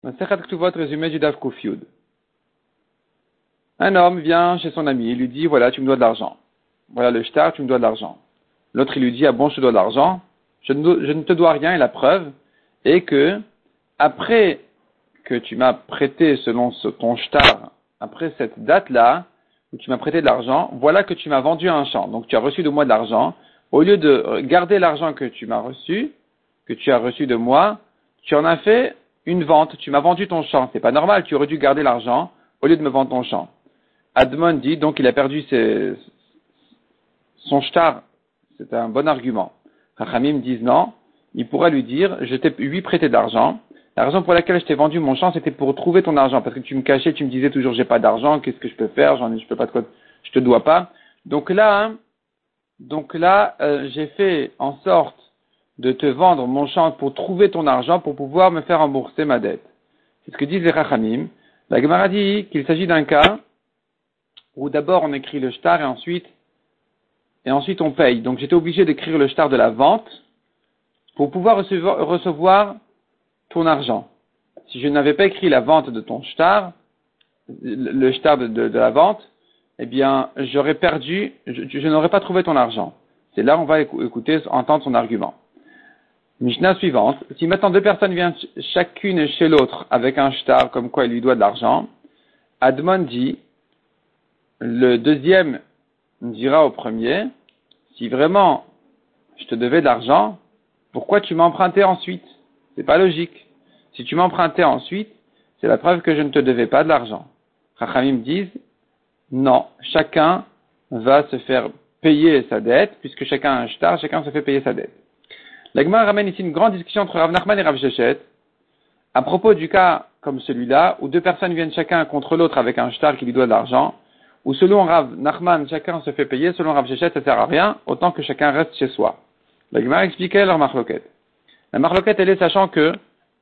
Masechet Ktuvot, résumé du Daf Kuf Yud. Un homme vient chez son ami, il lui dit, voilà, tu me dois de l'argent. Voilà le shtar, tu me dois de l'argent. L'autre, il lui dit, ah bon, je te dois de l'argent. Je ne te dois rien, et la preuve est que, après que tu m'as prêté selon ton shtar, après cette date-là, où tu m'as prêté de l'argent, voilà que tu m'as vendu un champ. Donc tu as reçu de moi de l'argent. Au lieu de garder l'argent que tu as reçu de moi, tu en as fait une vente, tu m'as vendu ton champ. C'est pas normal, tu aurais dû garder l'argent au lieu de me vendre ton champ. Admon dit, donc il a perdu son shtar. C'est un bon argument. Chachamim disent non, il pourra lui dire, je t'ai lui prêté de l'argent. La raison pour laquelle je t'ai vendu mon champ, c'était pour trouver ton argent, parce que tu me cachais, tu me disais toujours, j'ai pas d'argent, qu'est-ce que je peux faire, je peux pas de quoi, je te dois pas. Donc là, j'ai fait en sorte de te vendre mon champ pour trouver ton argent, pour pouvoir me faire rembourser ma dette. C'est ce que disent les Chachamim. La Gemara dit qu'il s'agit d'un cas où d'abord on écrit le shtar et ensuite on paye. Donc j'étais obligé d'écrire le shtar de la vente pour pouvoir recevoir ton argent. Si je n'avais pas écrit la vente de ton shtar, le shtar de la vente, eh bien j'aurais perdu, je n'aurais pas trouvé ton argent. C'est là on va entendre son argument. Mishnah suivante. Si maintenant deux personnes viennent chacune chez l'autre avec un shtar comme quoi il lui doit de l'argent, Admon dit, le deuxième dira au premier, si vraiment je te devais de l'argent, pourquoi tu m'as emprunté ensuite? C'est pas logique. Si tu m'as emprunté ensuite, c'est la preuve que je ne te devais pas de l'argent. Chachamim disent, non, chacun va se faire payer sa dette, puisque chacun a un shtar, chacun se fait payer sa dette. La Gemara ramène ici une grande discussion entre Rav Nachman et Rav Sheshet à propos du cas comme celui-là, où deux personnes viennent chacun contre l'autre avec un shtar qui lui doit de l'argent, où selon Rav Nachman, chacun se fait payer, selon Rav Sheshet, ça sert à rien, autant que chacun reste chez soi. La Gemara expliquait leur marloquette. La marloquette, elle est sachant que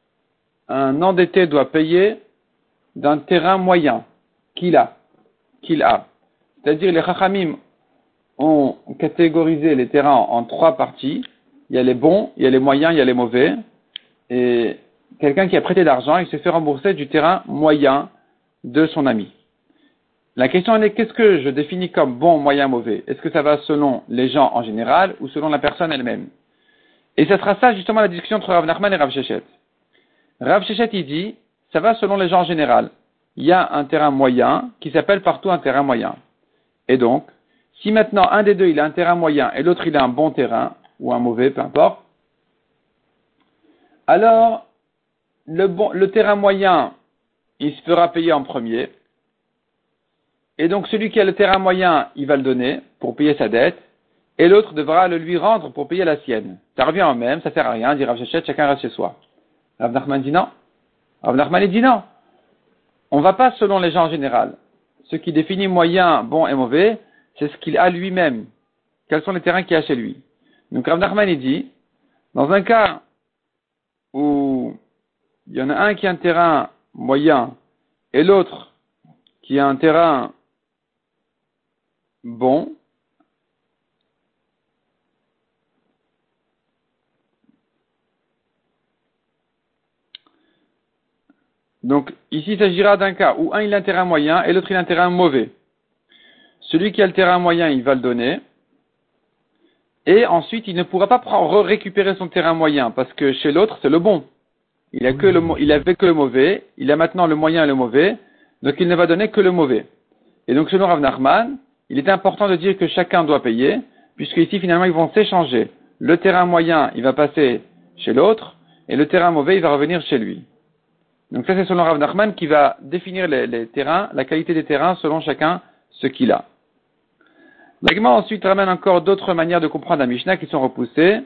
un endetté doit payer d'un terrain moyen qu'il a. C'est-à-dire, les Chachamim ont catégorisé les terrains en trois parties. Il y a les bons, il y a les moyens, il y a les mauvais. Et quelqu'un qui a prêté de l'argent, il se fait rembourser du terrain moyen de son ami. La question est, qu'est-ce que je définis comme bon, moyen, mauvais? Est-ce que ça va selon les gens en général ou selon la personne elle-même? Et ça sera ça justement la discussion entre Rav Nachman et Rav Sheshet. Rav Sheshet, il dit, ça va selon les gens en général. Il y a un terrain moyen qui s'appelle partout un terrain moyen. Et donc, si maintenant un des deux il a un terrain moyen et l'autre il a un bon terrain, ou un mauvais, peu importe, alors le terrain moyen, il se fera payer en premier, et donc celui qui a le terrain moyen, il va le donner pour payer sa dette, et l'autre devra le lui rendre pour payer la sienne. Ça revient au même, ça sert à rien, dit Rav Sheshet, chacun reste chez soi. Rav Nachman dit non. Rav Nachman il dit non. On va pas selon les gens en général. Ce qui définit moyen, bon et mauvais, c'est ce qu'il a lui-même. Quels sont les terrains qu'il a chez lui. Donc Rav Nachman il dit, dans un cas où il y en a un qui a un terrain moyen et l'autre qui a un terrain bon, donc ici il s'agira d'un cas où un il a un terrain moyen et l'autre il a un terrain mauvais. Celui qui a le terrain moyen, il va le donner. Et ensuite, il ne pourra pas récupérer son terrain moyen, parce que chez l'autre, c'est le bon. Il avait que le mauvais, il a maintenant le moyen et le mauvais, donc il ne va donner que le mauvais. Et donc, selon Rav Nachman, il est important de dire que chacun doit payer, puisque ici, finalement, ils vont s'échanger. Le terrain moyen, il va passer chez l'autre, et le terrain mauvais, il va revenir chez lui. Donc ça, c'est selon Rav Nachman qui va définir les terrains, la qualité des terrains, selon chacun ce qu'il a. La Gemara ensuite ramène encore d'autres manières de comprendre la Mishnah qui sont repoussées.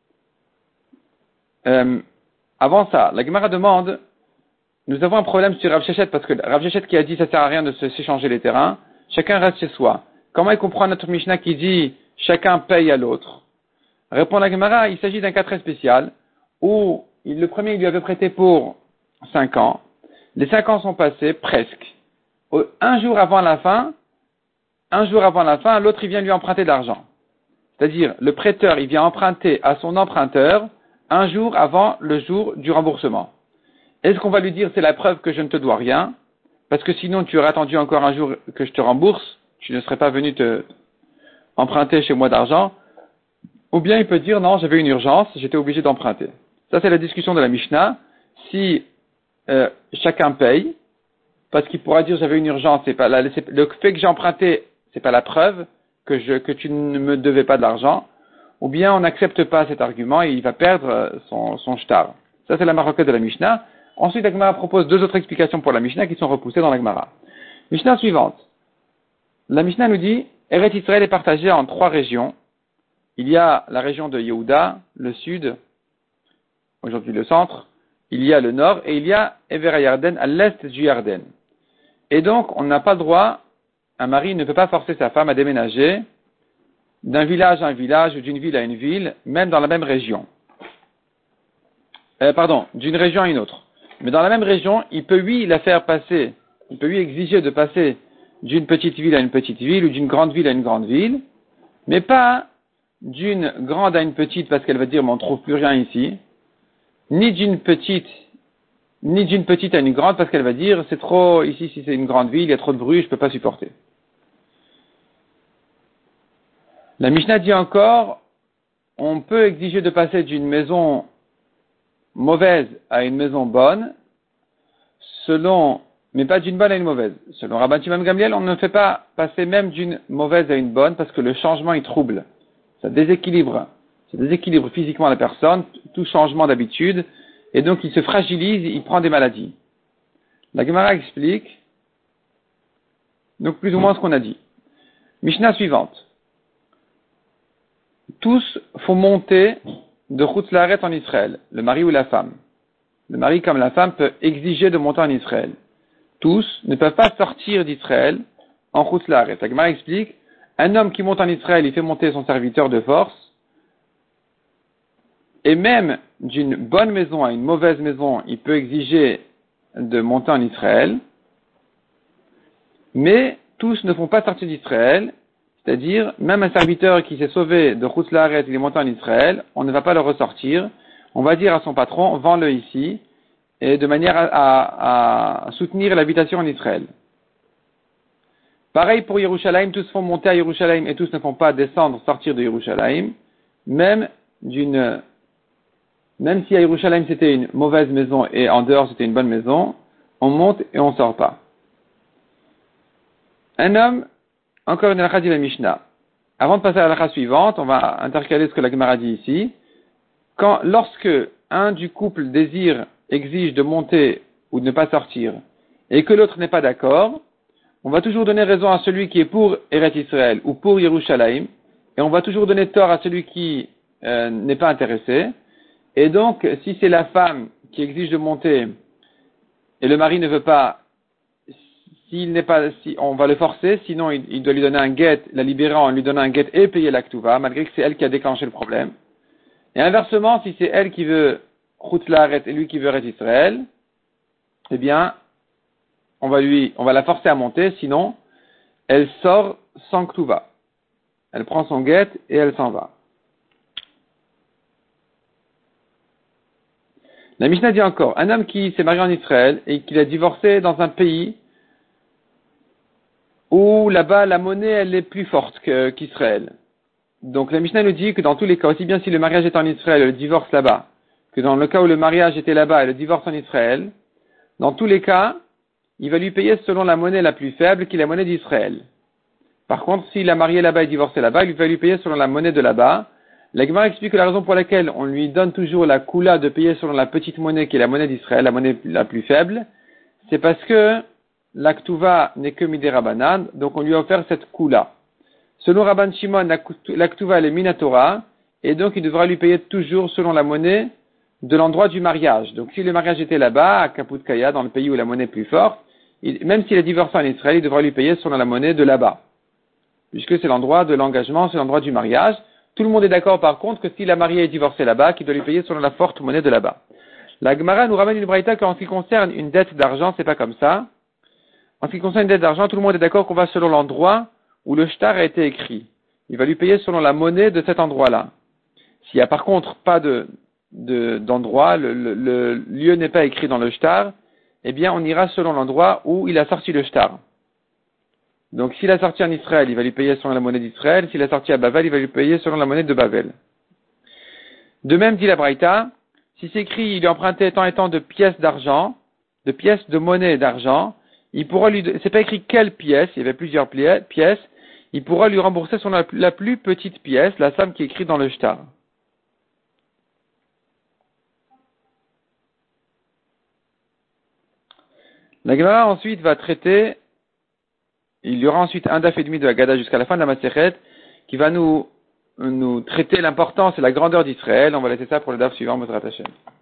Avant ça, la Gemara demande, nous avons un problème sur Rav Sheshet, parce que Rav Sheshet qui a dit ça sert à rien de s'échanger les terrains, chacun reste chez soi. Comment il comprend notre Mishnah qui dit chacun paye à l'autre? Répond la Gemara, il s'agit d'un cas très spécial, où le premier il lui avait prêté pour 5 ans, les 5 ans sont passés, presque. Un jour avant la fin, l'autre il vient lui emprunter de l'argent. C'est-à-dire, le prêteur, il vient emprunter à son emprunteur un jour avant le jour du remboursement. est-ce qu'on va lui dire c'est la preuve que je ne te dois rien, parce que sinon tu aurais attendu encore un jour que je te rembourse, tu ne serais pas venu te emprunter chez moi d'argent, ou bien il peut dire non, j'avais une urgence, j'étais obligé d'emprunter. Ça c'est la discussion de la Mishnah. Si chacun paye, parce qu'il pourra dire j'avais une urgence, le fait que j'ai emprunté, c'est pas la preuve que tu ne me devais pas de l'argent, ou bien on n'accepte pas cet argument et il va perdre son shtar. Ça c'est la maroquette de la Mishnah. Ensuite la Gemara propose deux autres explications pour la Mishnah qui sont repoussées dans la Gemara. Mishnah suivante. La Mishnah nous dit Eretz Israël est partagé en trois régions. Il y a la région de Yehuda, le sud, aujourd'hui le centre, il y a le nord, et il y a Ever Yarden, à l'est du Yarden. Et donc, on n'a pas le droit, un mari ne peut pas forcer sa femme à déménager d'un village à un village, ou d'une ville à une ville, même dans la même région. D'une région à une autre. Mais dans la même région, il peut la faire passer, il peut lui exiger de passer d'une petite ville à une petite ville, ou d'une grande ville à une grande ville, mais pas d'une grande à une petite parce qu'elle va dire mais on ne trouve plus rien ici, ni d'une petite à une grande parce qu'elle va dire c'est trop ici, si c'est une grande ville, il y a trop de bruit, je ne peux pas supporter. La Mishnah dit encore, on peut exiger de passer d'une maison mauvaise à une maison bonne, mais pas d'une bonne à une mauvaise. Selon Rabban Shimon Gamliel, on ne fait pas passer même d'une mauvaise à une bonne parce que le changement il trouble. Ça déséquilibre physiquement la personne, tout changement d'habitude, et donc il se fragilise, il prend des maladies. La Gemara explique, donc plus ou moins ce qu'on a dit. Mishnah suivante. Tous font monter de Chutz La'aretz en Israël, le mari ou la femme. Le mari comme la femme peut exiger de monter en Israël. Tous ne peuvent pas sortir d'Israël en Chutz La'aretz. La Gemara explique, un homme qui monte en Israël, il fait monter son serviteur de force, et même d'une bonne maison à une mauvaise maison, il peut exiger de monter en Israël, mais tous ne font pas sortir d'Israël, c'est-à-dire, même un serviteur qui s'est sauvé de Chutz La'aretz, il est monté en Israël, on ne va pas le ressortir, on va dire à son patron, vends-le ici, et de manière à soutenir l'habitation en Israël. Pareil pour Yerushalayim, tous font monter à Yerushalayim et tous ne font pas descendre, sortir de Yerushalayim, même si à Yerushalayim c'était une mauvaise maison et en dehors c'était une bonne maison, on monte et on sort pas. Un homme, encore une halakha de la Mishnah. Avant de passer à la halakha suivante, on va intercaler ce que la Gemara dit ici. Lorsque un du couple exige de monter ou de ne pas sortir, et que l'autre n'est pas d'accord, on va toujours donner raison à celui qui est pour Eretz Israël ou pour Yerushalayim, et on va toujours donner tort à celui qui n'est pas intéressé. Et donc, si c'est la femme qui exige de monter et le mari ne veut pas, on va le forcer, sinon il doit lui donner un guet, la libérer en lui donnant un guet et payer l'actuva, malgré que c'est elle qui a déclenché le problème. Et inversement, si c'est elle qui veut Chutz La'aretz et lui qui veut Eretz Israël, eh bien, on va la forcer à monter, sinon, elle sort sans ktuva. Elle prend son guet et elle s'en va. La Mishnah dit encore, un homme qui s'est marié en Israël et qui a divorcé dans un pays où là-bas la monnaie elle est plus forte qu'Israël. Donc la Mishnah nous dit que dans tous les cas, aussi bien si le mariage est en Israël et le divorce là-bas, que dans le cas où le mariage était là-bas et le divorce en Israël, dans tous les cas, il va lui payer selon la monnaie la plus faible qui est la monnaie d'Israël. Par contre, s'il a marié là-bas et divorcé là-bas, il va lui payer selon la monnaie de là-bas. La Gemara explique que la raison pour laquelle on lui donne toujours la koula de payer selon la petite monnaie qui est la monnaie d'Israël, la monnaie la plus faible, c'est parce que la ktuva n'est que midé Rabbanan, donc on lui a offert cette koula. Selon Rabban Shimon, la ktuva elle est minatora, et donc il devra lui payer toujours selon la monnaie de l'endroit du mariage. Donc si le mariage était là-bas, à Kaputkaya, dans le pays où la monnaie est plus forte, même s'il est divorcé en Israël, il devra lui payer selon la monnaie de là-bas. Puisque c'est l'endroit de l'engagement, c'est l'endroit du mariage. Tout le monde est d'accord par contre que s'il a marié et divorcé là-bas, qu'il doit lui payer selon la forte monnaie de là-bas. La Gemara nous ramène une braïta qu'en ce qui concerne une dette d'argent, c'est pas comme ça. En ce qui concerne une dette d'argent, tout le monde est d'accord qu'on va selon l'endroit où le shtar a été écrit. Il va lui payer selon la monnaie de cet endroit-là. S'il y a par contre pas de d'endroit, le lieu n'est pas écrit dans le shtar, eh bien, on ira selon l'endroit où il a sorti le shtar. Donc, s'il a sorti en Israël, il va lui payer selon la monnaie d'Israël. S'il a sorti à Bavel, il va lui payer selon la monnaie de Bavel. De même, dit la Braïta, si c'est écrit, il lui empruntait tant et tant de pièces d'argent, de pièces de monnaie d'argent, il pourra c'est pas écrit quelle pièce, il y avait plusieurs pièces, il pourra lui rembourser sur la plus petite pièce, la somme qui est écrite dans le shtar. La Gemara ensuite va traiter, il y aura ensuite un daf et demi de la Gada jusqu'à la fin de la Masechet, qui va nous traiter l'importance et la grandeur d'Israël. On va laisser ça pour le daf suivant, Mosrat Hashem.